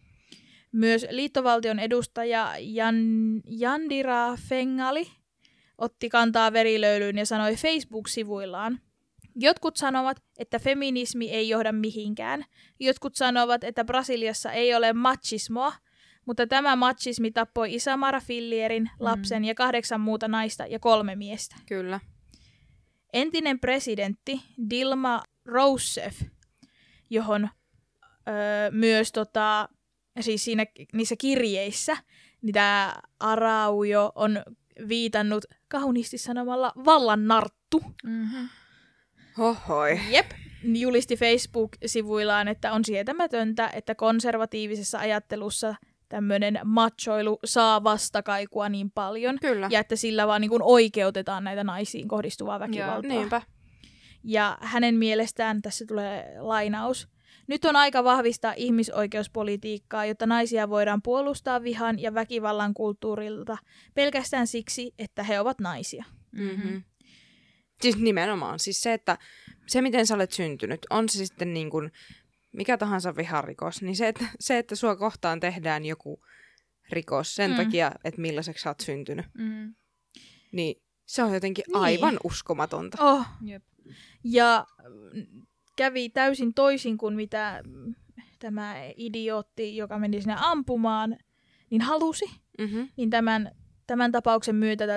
Myös liittovaltion edustaja Yandira Fengali otti kantaa verilöylyyn ja sanoi Facebook-sivuillaan: jotkut sanovat, että feminismi ei johda mihinkään. Jotkut sanovat, että Brasiliassa ei ole machismoa, mutta tämä machismi tappoi Isamara Fillierin, lapsen ja 8 muuta naista ja 3 miestä.
Kyllä.
Entinen presidentti Dilma Rousseff, johon myös siis niissä kirjeissä, niin tämä Araujo on viitannut kauniisti sanomalla vallannarttu.
Mm-hmm. Hohoi.
Jep. Julisti Facebook-sivuillaan, että on sietämätöntä, että konservatiivisessa ajattelussa tämmöinen machoilu saa vastakaikua niin paljon.
Kyllä.
Ja että sillä vaan niin kuin oikeutetaan näitä naisiin kohdistuvaa väkivaltaa.
Niinpä.
Ja hänen mielestään, tässä tulee lainaus: nyt on aika vahvistaa ihmisoikeuspolitiikkaa, jotta naisia voidaan puolustaa vihan ja väkivallan kulttuurilta pelkästään siksi, että he ovat naisia.
Mm-hmm. Siis nimenomaan. Siis se, miten sä olet syntynyt, on se sitten niin kuin mikä tahansa viharikos, niin se, että sua kohtaan tehdään joku rikos sen takia, että millaiseksi sä oot syntynyt, niin se on jotenkin aivan uskomatonta.
Oh. Jep. Ja kävi täysin toisin kuin mitä tämä idiootti, joka meni sinne ampumaan, niin halusi. Mm-hmm. Niin tämän tapauksen myötä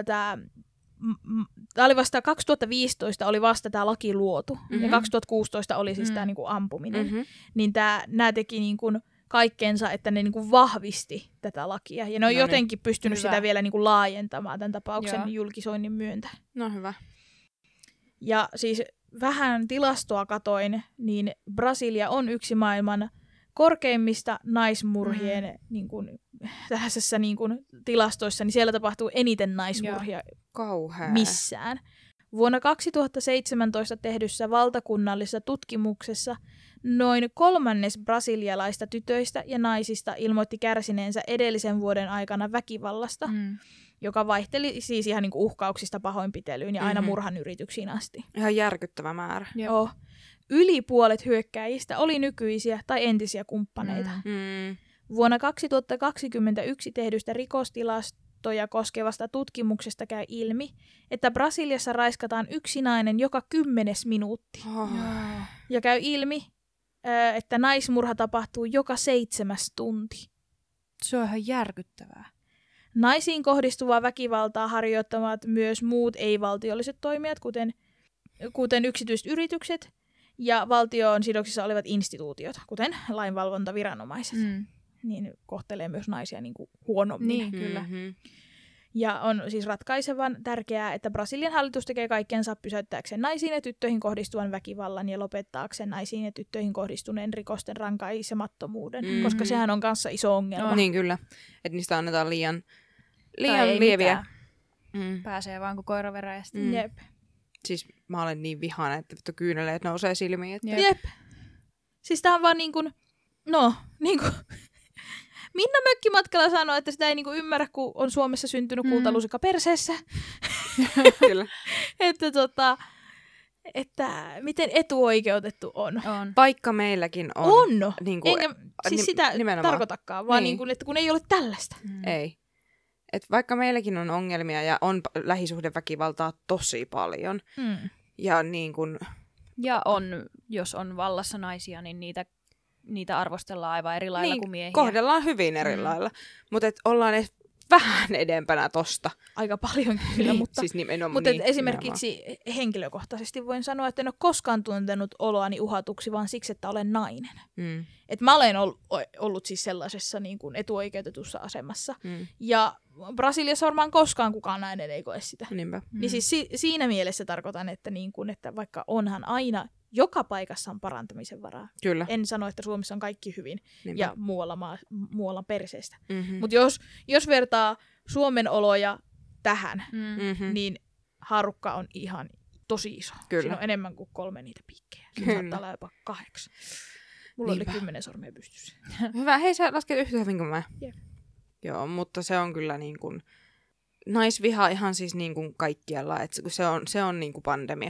tämä oli vasta 2015 oli vasta tämä laki luotu. Mm-hmm. Ja 2016 oli siis tämä niinku ampuminen. Mm-hmm. Niin nämä teki niinku kaikkensa, että ne niinku vahvisti tätä lakia. Ja ne on jotenkin pystynyt sitä vielä niinku laajentamaan tämän tapauksen julkisoinnin myöntä.
No hyvä.
Ja siis vähän tilastoa katoin, niin Brasilia on yksi maailman korkeimmista naismurhien niin kuin, tällaisessa niin kuin, tilastoissa, niin siellä tapahtuu eniten naismurhia missään. Vuonna 2017 tehdyssä valtakunnallisessa tutkimuksessa noin 1/3 brasilialaista tytöistä ja naisista ilmoitti kärsineensä edellisen vuoden aikana väkivallasta, joka vaihteli siis ihan niin kuin uhkauksista pahoinpitelyyn ja aina murhan yrityksiin asti.
Ihan järkyttävä määrä.
Joo. Yli puolet hyökkääjistä oli nykyisiä tai entisiä kumppaneita. Vuonna 2021 tehdystä rikostilastoja koskevasta tutkimuksesta käy ilmi, että Brasiliassa raiskataan yksi nainen joka 10. minuutti. Ja käy ilmi, että naismurha tapahtuu joka 7. tunti.
Se on ihan järkyttävää.
Naisiin kohdistuvaa väkivaltaa harjoittavat myös muut ei-valtiolliset toimijat, kuten yksityiset yritykset ja valtioon sidoksissa olevat instituutiot, kuten lainvalvontaviranomaiset. Niin kohtelee myös naisia niin kuin huonommin.
Niin, kyllä.
Ja on siis ratkaisevan tärkeää, että Brasilian hallitus tekee kaikkensa pysäyttääkseen naisiin ja tyttöihin kohdistuvan väkivallan ja lopettaakseen naisiin ja tyttöihin kohdistuneen rikosten rankaisemattomuuden, koska sehän on kanssa iso ongelma.
Niin kyllä, että niistä annetaan liian lieviä.
Pääsee vaan kuin koira veräjästä.
Jep.
Siis mä olen niin vihainen, että vittu kyyneleet nousee silmiin. Että...
Jep. Siis tää on vaan niin kuin, Minna Mökkimatkalla sanoi, että sitä ei niinku ymmärrä, kun on Suomessa syntynyt kultalusikka perseessä.
Kyllä.
että miten etuoikeutettu on.
Vaikka meilläkin on.
On.
Niinku,
enkä siis sitä tarkoitakaan, vaan niin kuin, että kun ei ole tällaista.
Ei. Et vaikka meilläkin on ongelmia ja on lähisuhdeväkivaltaa tosi paljon. Ja niin kun...
Ja jos on vallassa naisia, niin niitä arvostellaan aivan eri lailla kuin miehiä.
Kohdellaan hyvin eri lailla. Mutta ollaan edes vähän edempänä tosta.
Aika paljon kyllä, mutta,
siis
mutta esimerkiksi henkilökohtaisesti voin sanoa, että en ole koskaan tuntenut oloani uhatuksi, vaan siksi, että olen nainen. Et mä olen ollut siis sellaisessa niin kuin etuoikeutetussa asemassa. Ja Brasiliassa varmaan koskaan kukaan nainen ei koe sitä.
Niinpä.
Niin siis siinä mielessä tarkoitan, että, niin kuin, että vaikka onhan aina joka paikassa on parantamisen varaa.
Kyllä.
En sano, että Suomessa on kaikki hyvin. Niinpä. Ja muualla perseestä. Mutta jos vertaa Suomen oloja tähän, niin haarukka on ihan tosi iso.
Kyllä.
Siinä on enemmän kuin 3 niitä piikkejä. Siinä saattaa olla jopa 8. Mulla oli 10 sormea pystyssä.
Hyvä. Hei, sä lasket yhtä hyvin kuin mä.
Yeah.
Joo, mutta se on kyllä niin kuin naisviha ihan siis niin kuin kaikkialla. Et se on niin kuin pandemia.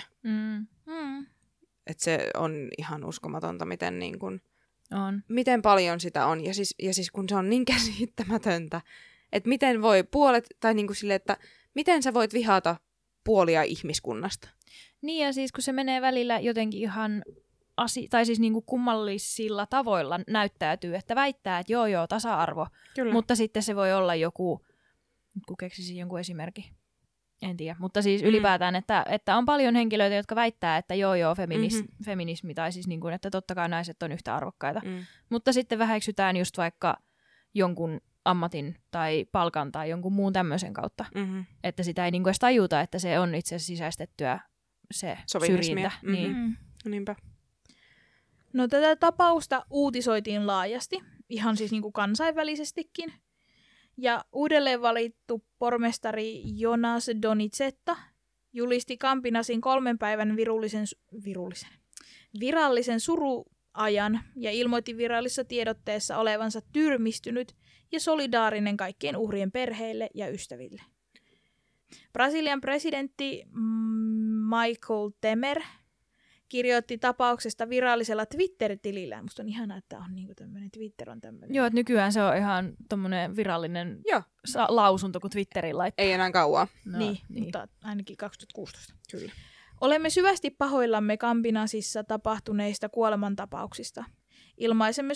Et se on ihan uskomatonta, miten, niin kun, miten paljon sitä on. Ja siis kun se on niin käsittämätöntä, että miten voi puolet, tai niin kuin sille, että miten sä voit vihata puolia ihmiskunnasta?
Niin ja siis kun se menee välillä jotenkin ihan tai siis niinku kummallisilla tavoilla näyttäytyy, että väittää, että joo, tasa-arvo,
Kyllä.
mutta sitten se voi olla joku, kun keksisin jonkun esimerkki, en tiedä, mutta siis ylipäätään, että on paljon henkilöitä, jotka väittää, että feminismi, tai siis niinku, että totta kai naiset on yhtä arvokkaita, mutta sitten väheksytään just vaikka jonkun ammatin tai palkan tai jonkun muun tämmöisen kautta, että sitä ei niinku edes tajuta, että se on itse asiassa sisäistettyä se syrjintä. Niin.
Niinpä.
No tätä tapausta uutisoitiin laajasti, ihan siis niin kuin kansainvälisestikin. Ja uudelleen valittu pormestari Jonas Donizetta julisti Campinasin 3 päivän virallisen suruajan ja ilmoitti virallisessa tiedotteessa olevansa tyrmistynyt ja solidaarinen kaikkien uhrien perheille ja ystäville. Brasilian presidentti Michel Temer kirjoitti tapauksesta virallisella Twitter-tilillä. Musta on ihanaa, että on niinku tämmöinen Twitter on tämmöinen.
Joo, että nykyään se on ihan tommonen virallinen lausunto, kun Twitterin laittaa.
Ei enää kauaa.
No, niin, mutta ainakin 2016.
Kyllä.
Olemme syvästi pahoillamme Campinasissa tapahtuneista kuolemantapauksista. Ilmaisemme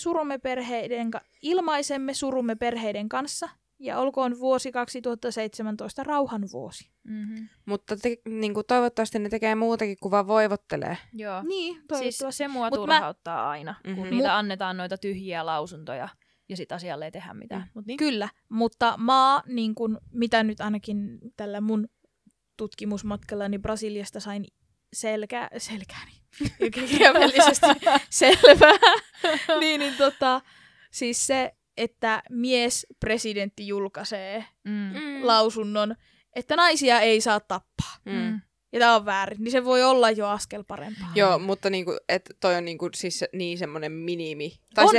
surumme perheiden kanssa ja olkoon vuosi 2017 rauhan vuosi.
Mm-hmm.
Mutta niinku, toivottavasti ne tekee muutakin kuin vaan voivottelee.
Joo.
Niin, toivottavasti.
Siis se mua turhauttaa aina, kun niitä annetaan noita tyhjiä lausuntoja ja sit asialle ei tehdä mitään. Mut niin.
Kyllä, mutta niin kun, mitä nyt ainakin tällä mun tutkimusmatkallani Brasiliasta sain selkääni kirjaimellisesti selvää, siis se, että miespresidentti julkaisee lausunnon, että naisia ei saa tappaa. Ja tämä on väärin, niin se voi olla jo askel parempaa.
Joo, mutta niinku, toi on niinku, siis niin semmoinen minimi.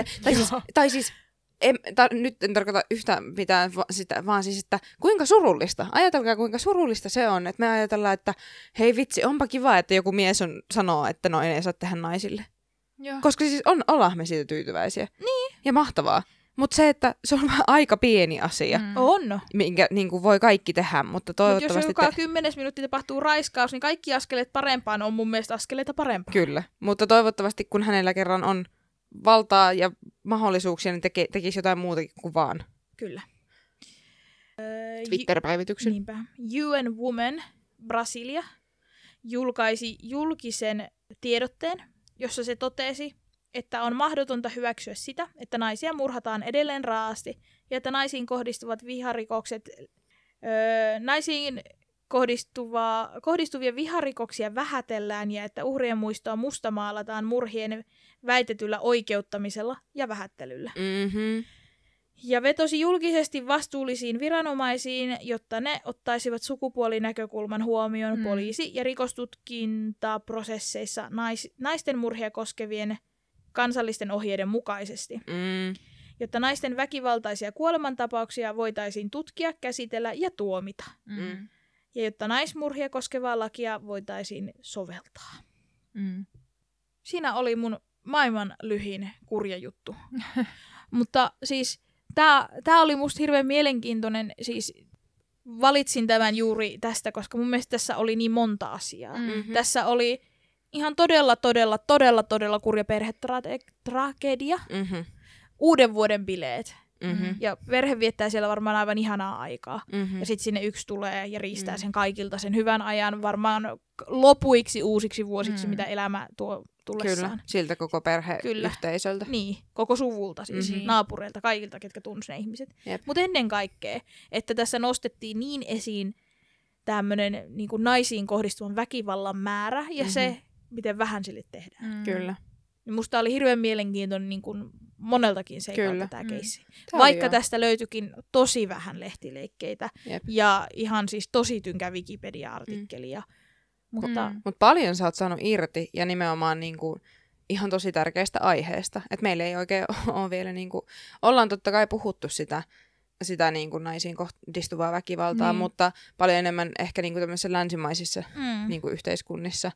Nyt en tarkoita yhtään mitään, vaan siis, että kuinka surullista. Ajatelkaa, kuinka surullista se on, että me ajatellaan, että hei vitsi, onpa kiva, että joku mies sanoo, että no ei saa tehdä naisille.
Joo.
Koska siis ollaan me siitä tyytyväisiä.
Niin.
Ja mahtavaa. Mutta se, että se on aika pieni asia,
on,
minkä niin kuin voi kaikki tehdä, mutta toivottavasti...
Jos joka 10 minuuttia tapahtuu raiskaus, niin kaikki askeleet parempaan on mun mielestä askeleita parempaan.
Kyllä, mutta toivottavasti kun hänellä kerran on valtaa ja mahdollisuuksia, niin tekisi jotain muutakin kuin vaan.
Kyllä.
Twitter-päivityksen.
Niinpä. UN Women Brasilia julkaisi julkisen tiedotteen, jossa se totesi, että on mahdotonta hyväksyä sitä, että naisia murhataan edelleen raaasti ja että naisiin kohdistuvat viharikokset, naisiin kohdistuvia viharikoksia vähätellään ja että uhrien muistoa mustamaalataan murhien väitetyllä oikeuttamisella ja vähättelyllä.
Mm-hmm.
Ja vetosi julkisesti vastuullisiin viranomaisiin, jotta ne ottaisivat sukupuolinäkökulman huomioon poliisi- ja rikostutkintaprosesseissa naisten murhia koskevien kansallisten ohjeiden mukaisesti. Jotta naisten väkivaltaisia kuolemantapauksia voitaisiin tutkia, käsitellä ja tuomita. Ja jotta naismurhia koskevaa lakia voitaisiin soveltaa. Siinä oli mun maailman lyhin kurja juttu. Mutta siis tää oli musta hirveän mielenkiintoinen, siis valitsin tämän juuri tästä, koska mun mielestä tässä oli niin monta asiaa. Tässä oli ihan todella kurja perhetragedia, uuden vuoden bileet. Ja perhe viettää siellä varmaan aivan ihanaa aikaa. Ja sitten sinne yksi tulee ja riistää sen kaikilta sen hyvän ajan varmaan lopuiksi uusiksi vuosiksi, mitä elämä tuo tullessaan.
Kyllä, siltä koko perheyhteisöltä.
Niin, koko suvulta siis, naapureilta, kaikilta, ketkä tunsi ne ihmiset. Mutta ennen kaikkea, että tässä nostettiin niin esiin tämmöinen niin kuin naisiin kohdistuvan väkivallan määrä ja se, miten vähän sille tehdään.
Kyllä.
Niin musta oli hirveän mielenkiintoinen niin kuin moneltakin seikalta tämä keissi.
Vaikka
tästä löytyikin tosi vähän lehtileikkeitä ja ihan siis tosi tynkä Wikipedia-artikkelia. Mutta
paljon sä oot saanut irti ja nimenomaan niinku ihan tosi tärkeästä aiheesta. Että meillä ei oikein ole vielä, niinku, ollaan totta kai puhuttu sitä niinku naisiin kohdistuvaa väkivaltaa, mutta paljon enemmän ehkä niinku tämmöisissä länsimaisissa niinku yhteiskunnissa,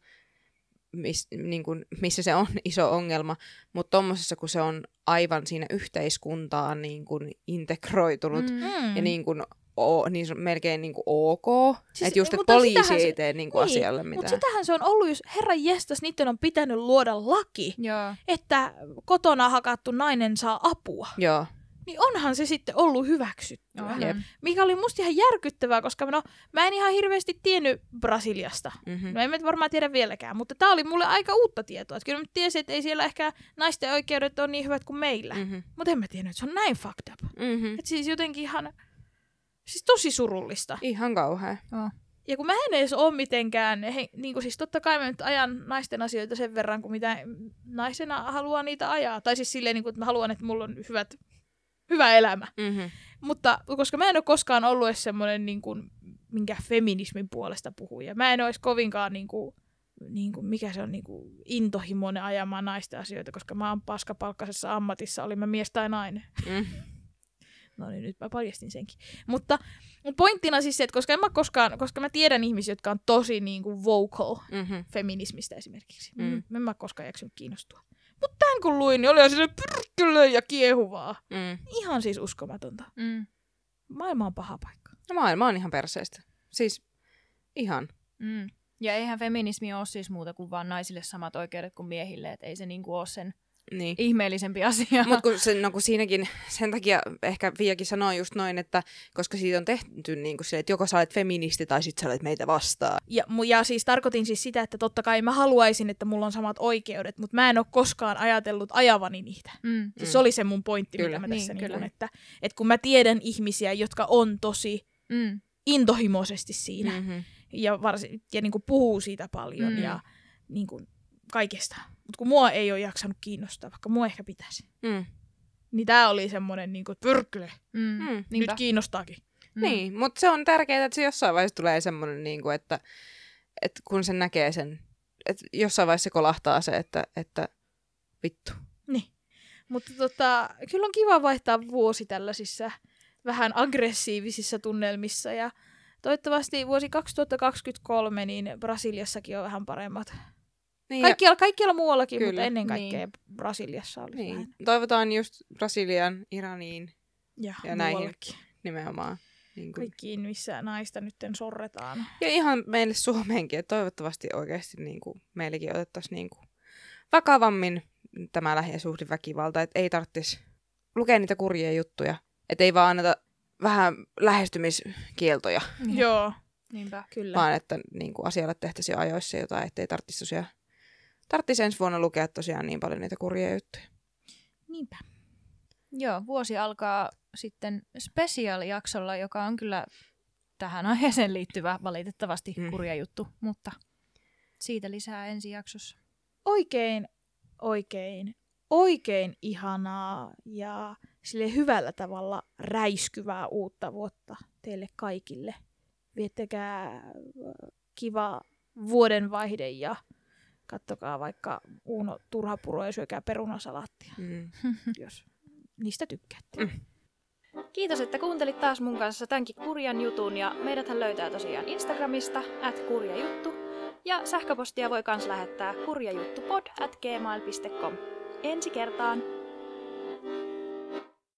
missä se on iso ongelma, mutta tommosessa, kun se on aivan siinä yhteiskuntaan niin kuin integroitunut ja niin kuin niin melkein niinku ok.
Siis,
että just, että
mutta
poliisi
sitähän
ei tee niinku asialle mitään.
Mutta sitähän se on ollut, jos herran jestas, niiden on pitänyt luoda laki,
Joo.
että kotona hakattu nainen saa apua.
Joo.
Niin onhan se sitten ollut hyväksyttyä.
Jep.
Mikä oli musta ihan järkyttävää, koska mä en ihan hirveästi tiennyt Brasiliasta.
Mm-hmm.
No en mä varmaan tiedä vieläkään, mutta tää oli mulle aika uutta tietoa. Että kyllä mä tiesin, että ei siellä ehkä naisten oikeudet ole niin hyvät kuin meillä.
Mm-hmm.
Mutta en mä tiennyt, että se on näin fucked up.
Mm-hmm.
Että siis jotenkin ihan, siis tosi surullista.
Ihan kauhea.
Oh.
Ja kun mä en edes ole mitenkään, niin siis totta kai mä nyt ajan naisten asioita sen verran, kuin mitä naisena haluaa niitä ajaa. Tai siis silleen, niin kuin, että mä haluan, että mulla on hyvä elämä.
Mm-hmm.
Mutta koska mä en ole koskaan ollut edes semmoinen, niin kuin, minkä feminismin puolesta puhuja. Mä en olisi kovinkaan, niin kuin, mikä se on, niin kuin, intohimoinen ajamaan naisten asioita, koska mä oon paskapalkkaisessa ammatissa, oli mä mies tai nainen.
Mm.
No niin, nyt mä paljastin senkin. Mutta pointtina siis se, että koska mä tiedän ihmisiä, jotka on tosi niin kuin vocal
Mm-hmm.
feminismistä esimerkiksi.
Mm.
En mä koskaan jaksanut kiinnostua. Mutta tämän kun luin, niin oli sille pyrkkylö ja kiehuvaa. Ihan siis uskomatonta.
Mm.
Maailma on paha paikka.
No maailma on ihan perseestä. Siis ihan.
Mm. Ja eihän feminismi ole siis muuta kuin vaan naisille samat oikeudet kuin miehille, että ei se niinku ole sen
Niin.
ihmeellisempi asia.
Mutta kun siinäkin, sen takia ehkä Viakin sanoo just noin, että koska siitä on tehty niin kuin se, että joko sä olet feministi tai sit sä olet meitä vastaan.
Ja siis tarkoitin siis sitä, että totta kai mä haluaisin, että mulla on samat oikeudet, mutta mä en ole koskaan ajatellut ajavani niitä. Siis se oli se mun pointti,
Kyllä.
mitä mä tässä
Niin,
niin että kun mä tiedän ihmisiä, jotka on tosi intohimoisesti siinä
Mm-hmm.
ja niin kuin puhuu siitä paljon ja niin kuin kaikesta. Mutta kun mua ei ole jaksanut kiinnostaa, vaikka mua ehkä pitäisi.
Mm.
Niin tää oli semmonen niinku, että pyrkkyle,
Mm.
nyt kiinnostaakin.
Niin, mutta se on tärkeää, että se jossain vaiheessa tulee semmoinen, niin kuin, että kun sen näkee sen, että jossain vaiheessa se kolahtaa se, että vittu.
Niin. Mutta kyllä on kiva vaihtaa vuosi tällaisissa vähän aggressiivisissa tunnelmissa ja toivottavasti vuosi 2023 niin Brasiliassakin on vähän paremmat.
Niin,
Kaikkialla muuallakin,
Kyllä,
mutta ennen kaikkea Brasiliassa oli
niin.
vähän.
Toivotaan just Brasilian, Iraniin
Ja
näihin
muuallakin.
nimenomaan. Niin kuin.
Kaikkiin, missä naista nytten sorretaan.
Ja ihan meille Suomeenkin, että toivottavasti oikeasti niin kuin, meillekin otettaisiin niin kuin, vakavammin tämä lähisuhdeväkivalta, että ei tarvitsisi lukea niitä kurjia juttuja, että ei vaan anneta vähän lähestymiskieltoja,
Joo,
Niinpä.
kyllä.
vaan että niin kuin, asialle tehtäisiin jo ajoissa jotain, ettei tarvitsisi ensi vuonna lukea tosiaan niin paljon niitä kurjia juttuja.
Niinpä.
Joo, vuosi alkaa sitten special-jaksolla, joka on kyllä tähän aiheeseen liittyvä valitettavasti kurja juttu, mutta siitä lisää ensi jaksossa.
Oikein ihanaa ja sille hyvällä tavalla räiskyvää uutta vuotta teille kaikille. Viettäkää kiva vuodenvaihde ja kattokaa vaikka Uuno Turhapuro ja syökää perunasalaattia, jos niistä tykkäätte.
Kiitos, että kuuntelit taas mun kanssa tämänkin kurjan jutun ja meidäthän löytää tosiaan Instagramista @kurjajuttu ja sähköpostia voi kans lähettää kurjajuttupod@gmail.com. Ensi kertaan!